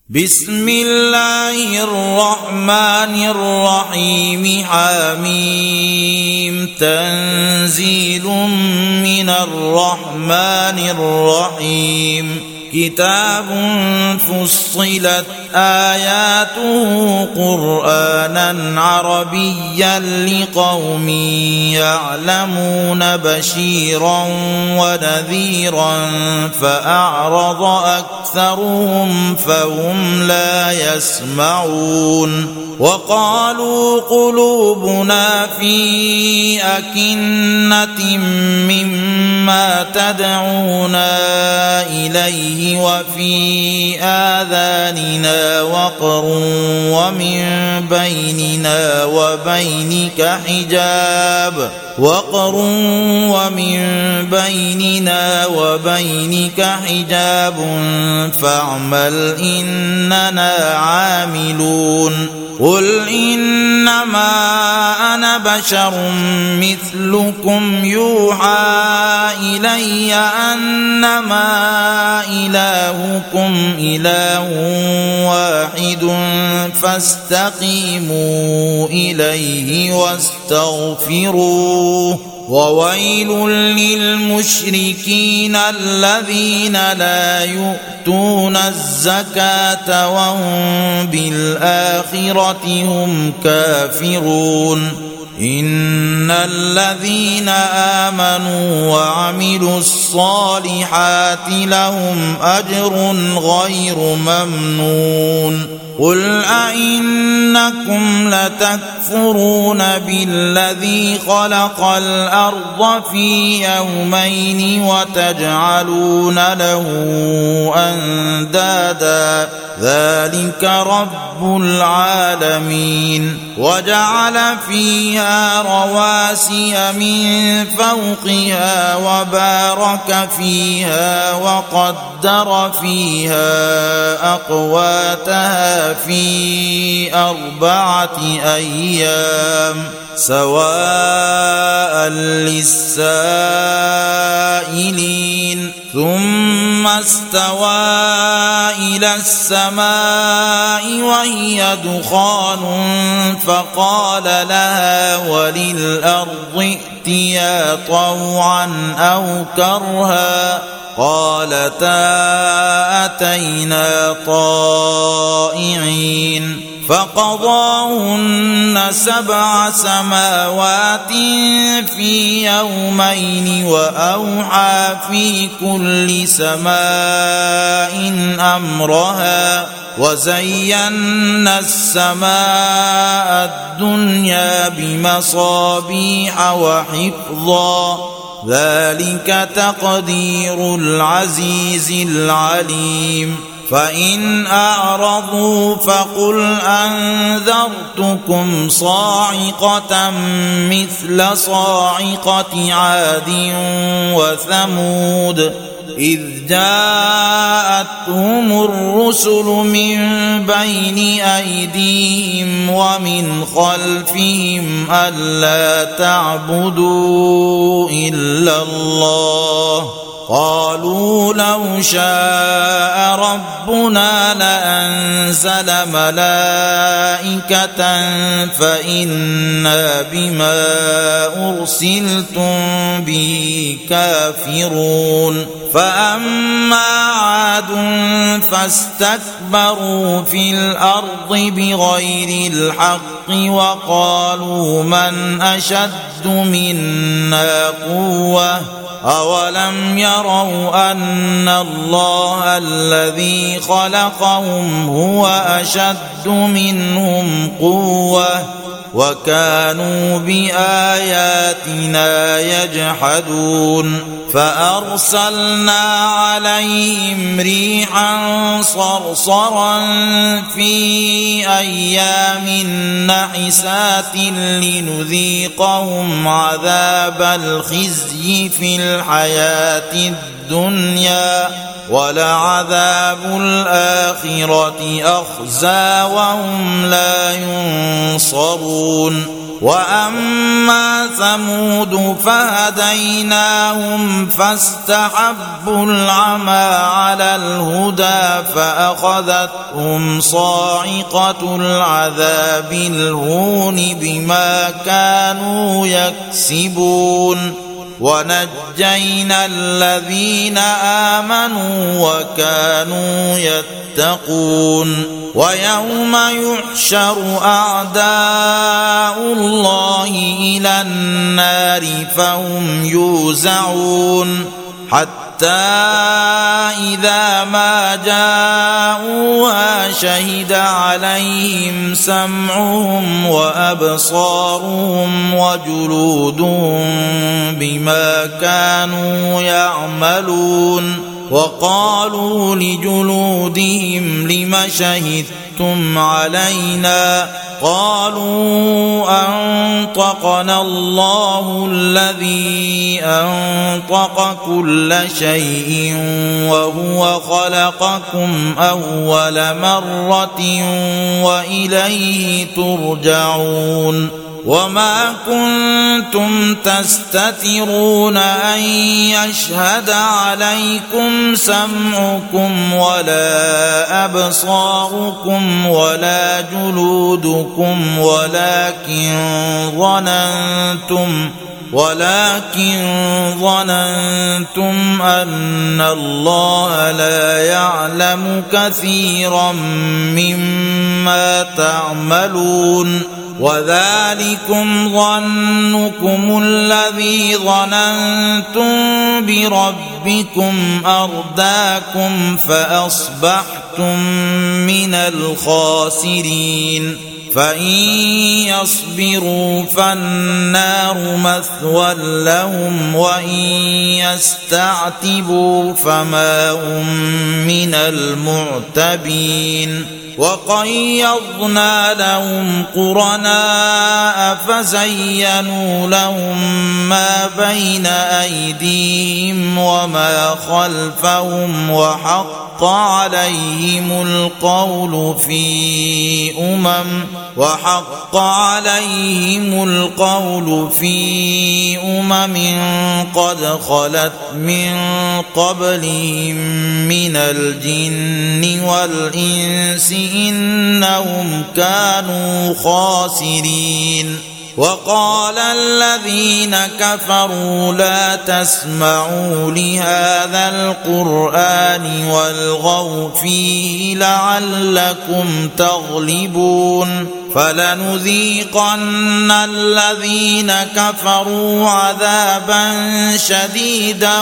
بسم الله الرحمن الرحيم حميم تنزيل من الرحمن الرحيم كتاب فصلت آياته قرآنا عربيا لقوم يعلمون بشيرا ونذيرا فأعرض أكثرهم فهم لا يسمعون وقالوا قلوبنا في أكنة مما تدعونا إليه وفي آذاننا وقر ومن بيننا وبينك حجاب فاعمل إننا عاملون قل إنما أنا بشر مثلكم يوحى إلي أنما إلهكم إله واحد فاستقيموا إليه واستغفروه وويل للمشركين الذين لا يؤتون الزكاة وهم بالآخرة هم كافرون إن الذين آمنوا وعملوا الصالحات لهم أجر غير ممنون قل أئنكم لتكفرون بالذي خلق الأرض في يومين وتجعلون له أندادا ذلك رب العالمين وجعل فيها رواسي من فوقها وبارك فيها وقدر فيها أقواتها في 4 أيام سواء للسائلين ثم استوى إلى السماء وهي دخان فقال لها وللأرض ائتيا طوعا أو كرها قالتا أتينا طائعين فقضاهن 7 سماوات في يومين وأوحى في كل سماء أمرها وزينا السماء الدنيا بمصابيح وحفظا ذلك تقدير العزيز العليم فإن أعرضوا فقل أنذرتكم صاعقة مثل صاعقة عاد وثمود إذ جاءتهم الرسل من بين أيديهم ومن خلفهم ألا تعبدوا إلا الله قالوا لو شاء ربنا لأنزل ملائكة فإنا بما أرسلتم به كافرون فأما عاد فاستكبروا في الأرض بغير الحق وقالوا من أشد منا قوة أولم يروا أن الله الذي خلقهم هو أشد منهم قوة وكانوا بآياتنا يجحدون فأرسلنا عليهم ريحا صرصرا في أيام نحسات لنذيقهم عذاب الخزي في الحياة الدنيا ولعذاب الآخرة أخزى وهم لا ينصرون وأما ثمود فهديناهم فاستحبوا العمى على الهدى فأخذتهم صاعقة العذاب الهون بما كانوا يكسبون ونجينا الذين آمنوا وكانوا يتقون ويوم يحشر أعداء الله إلى النار فهم يوزعون حتى إذا ما جاءوها شهد عليهم سمعهم وأبصارهم وجلودهم بما كانوا يعملون وقالوا لجلودهم لم شهدتم علينا قالوا أنطقنا الله الذي أنطق كل شيء وهو خلقكم أول مرة وإليه ترجعون وما كنتم تستترون أن يشهد عليكم سمعكم ولا أبصاركم ولا جلودكم ولكن ظننتم أن الله لا يعلم كثيرا مما تعملون وذلكم ظنكم الذي ظننتم بربكم أرداكم فأصبحتم من الخاسرين فإن يصبروا فالنار مثوى لهم وإن يستعتبوا فما هم من المعتبين وقيضنا لهم قرناء فزينوا لهم ما بين أيديهم وما خلفهم وحق عليهم القول في أمم قد خلت من قبلهم من الجن والإنس إنهم كانوا خاسرين وقال الذين كفروا لا تسمعوا لهذا القرآن والغوا فيه لعلكم تغلبون فلنذيقن الذين كفروا عذابا شديدا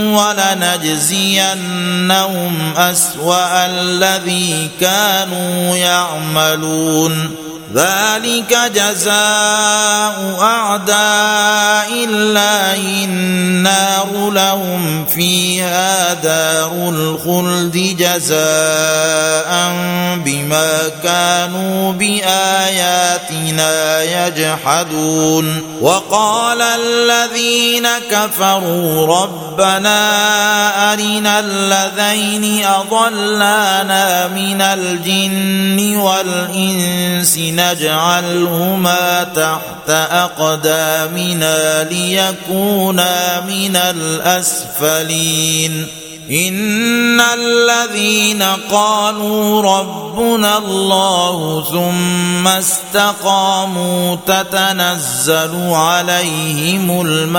ولنجزينهم أسوأ الذي كانوا يعملون ذلك جزاء أعداء الله النار لهم فيها دار الخلد جزاء بما كانوا بآياتنا يجحدون وقال الذين كفروا ربنا أرنا الذين أضلانا من الجن والإنس نجعلهما تحت أقدامنا ليكونا من الأسفلين إن الذين قالوا ربنا الله ثم استقاموا تتنزل عليهم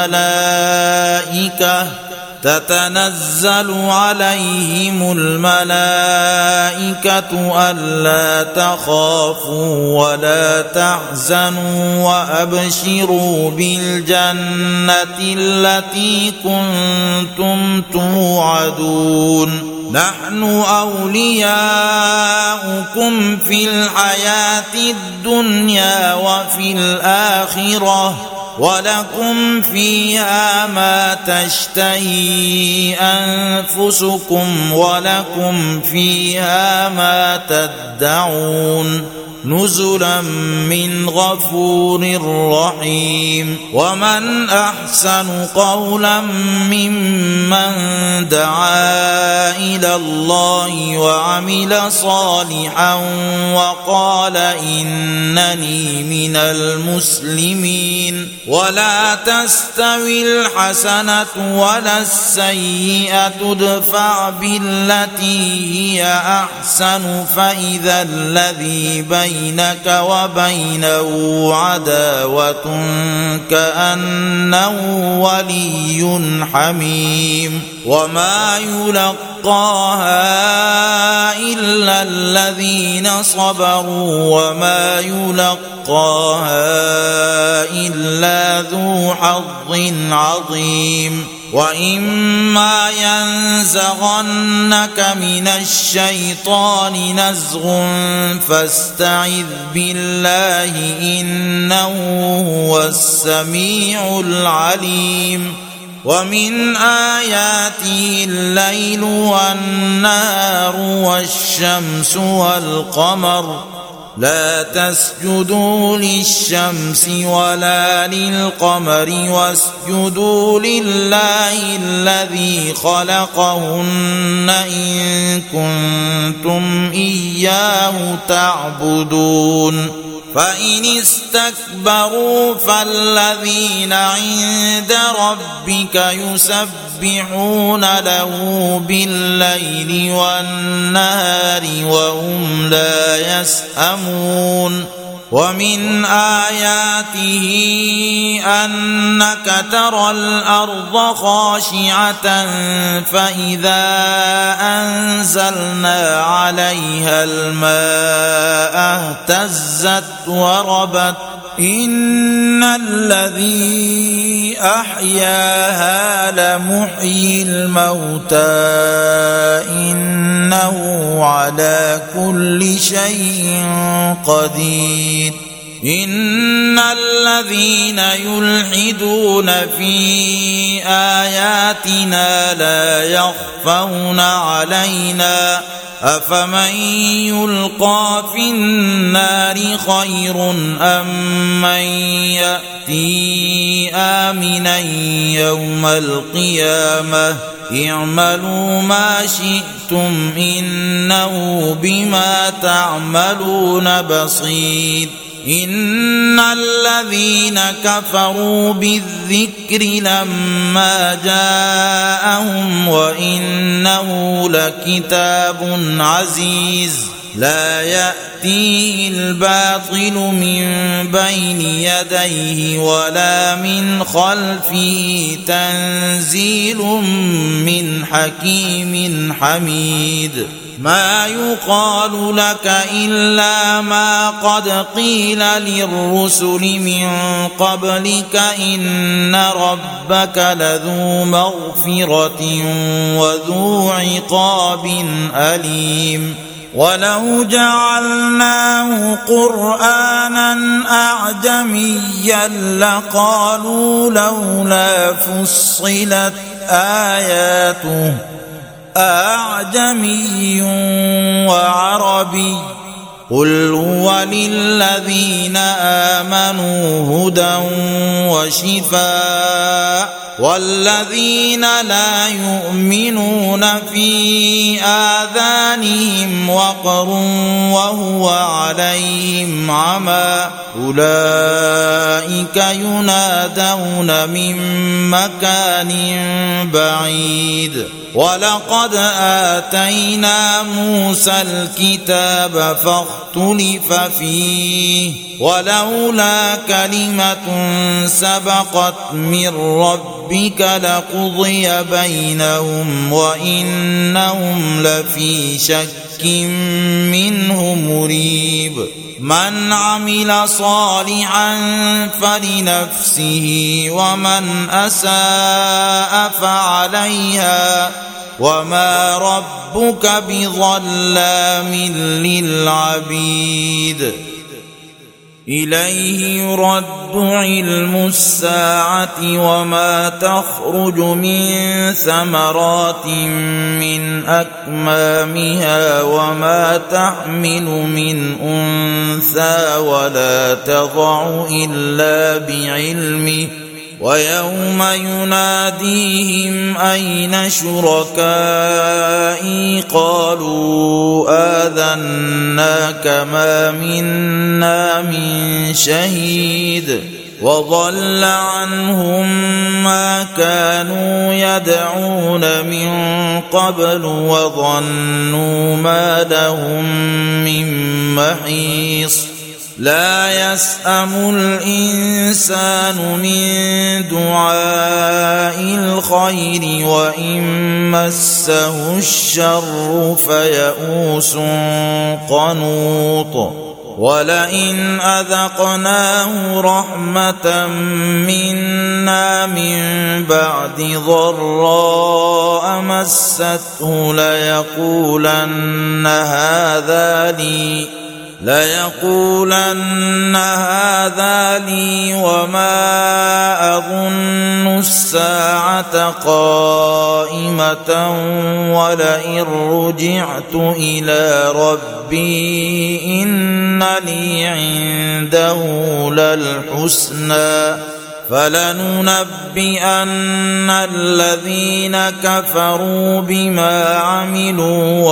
الملائكة ألا تخافوا ولا تحزنوا وأبشروا بالجنة التي كنتم توعدون نحن أولياؤكم في الحياة الدنيا وفي الآخرة ولكم فيها ما تشتهي أنفسكم ولكم فيها ما تدعون نزلا من غفور رحيم. ومن أحسن قولا ممن دعا إلى الله وعمل صالحا وقال إنني من المسلمين. ولا تستوي الحسنة ولا السيئة ادفع بالتي هي أحسن فإذا الذي بينك وبينه عداوة كأنه ولي حميم. وما يلقاها إلا الذين صبروا وما يلقاها إلا ذو حظ عظيم. وإما ينزغنك من الشيطان نزغ فاستعذ بالله إنه هو السميع العليم. ومن آياته الليل والنهار والشمس والقمر لا تسجدوا للشمس ولا للقمر واسجدوا لله الذي خلقهن إن كنتم إياه تعبدون. فإن استكبروا فالذين عند ربك يسبحون له بالليل والنهار وهم لا يسأمون. ومن آياته أنك ترى الأرض خاشعة فإذا أنزلنا عليها الماء اهتزت وربت. إن الذي أحياها لمحيي الموتى إنه على كل شيء قدير. إن الذين يلحدون في آياتنا لا يخفون علينا أفمن يلقى في النار خير أم من يأتي آمنا يوم القيامة اعملوا ما شئتم إنه بما تعملون بصير. إن الذين كفروا بالذكر لما جاءهم وإنه لكتاب عزيز لا يأتيه الباطل من بين يديه ولا من خلفه تنزيل من حكيم حميد. ما يقال لك إلا ما قد قيل للرسل من قبلك إن ربك لذو مغفرة وذو عقاب أليم. ولو جعلناه قرآنا أعجميا لقالوا لولا فصلت آياته أعجمي وعربي قل هو للذين آمنوا هدى وشفاء والذين لا يؤمنون في آذانهم وقر وهو عليهم عمى أولئك ينادون من مكان بعيد. ولقد آتينا موسى الكتاب فاختلف فيه ولولا كلمة سبقت من ربك لقضي بينهم وإنهم لفي شك منه مريب. من عمل صالحا فلنفسه ومن أساء فعليها وما ربك بظلام للعبيد. إليه يرد علم الساعة وما تخرج من ثمرات من أكمامها وما تحمل من أنثى ولا تضع إلا بعلمه ويوم يناديهم أين شركائي قالوا آذناك ما منا من شهيد وضل عنهم ما كانوا يدعون من قبل وظنوا ما لهم من محيص لا يسأم الإنسان من دعاء الخير وإن مسه الشر فيئوس قنوط ولئن أذقناه رحمة منا من بعد ضراء مسته ليقولن هذا لي وما أظن الساعة قائمة ولئن رجعت إلى ربي إن لي عنده للحسنى فلننبئن الذين كفروا بما عملوا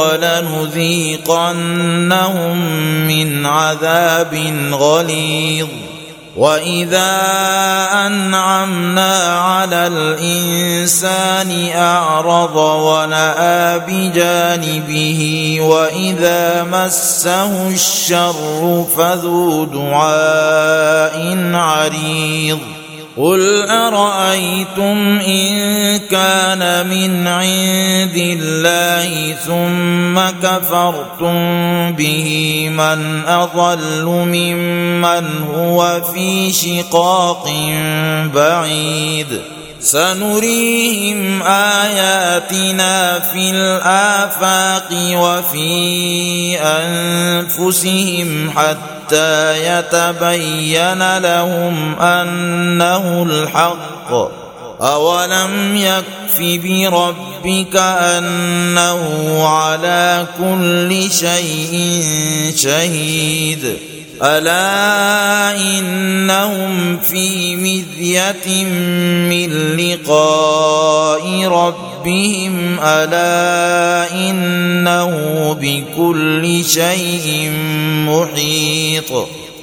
ولنذيقنهم من عذاب غليظ وإذا أنعمنا على الإنسان أعرض ونأى بجانبه وإذا مسه الشر فذو دعاء عريض قل أرأيتم إن كان من عند الله ثم كفرتم به من أضل ممن هو في شقاق بعيد سنريهم آياتنا في الآفاق وفي أنفسهم حتى يتبين لهم أنه الحق أولم يكف بربك أنه على كل شيء شهيد ألا إنهم في مذية من لقاء ربهم ألا إنه بكل شيء محيط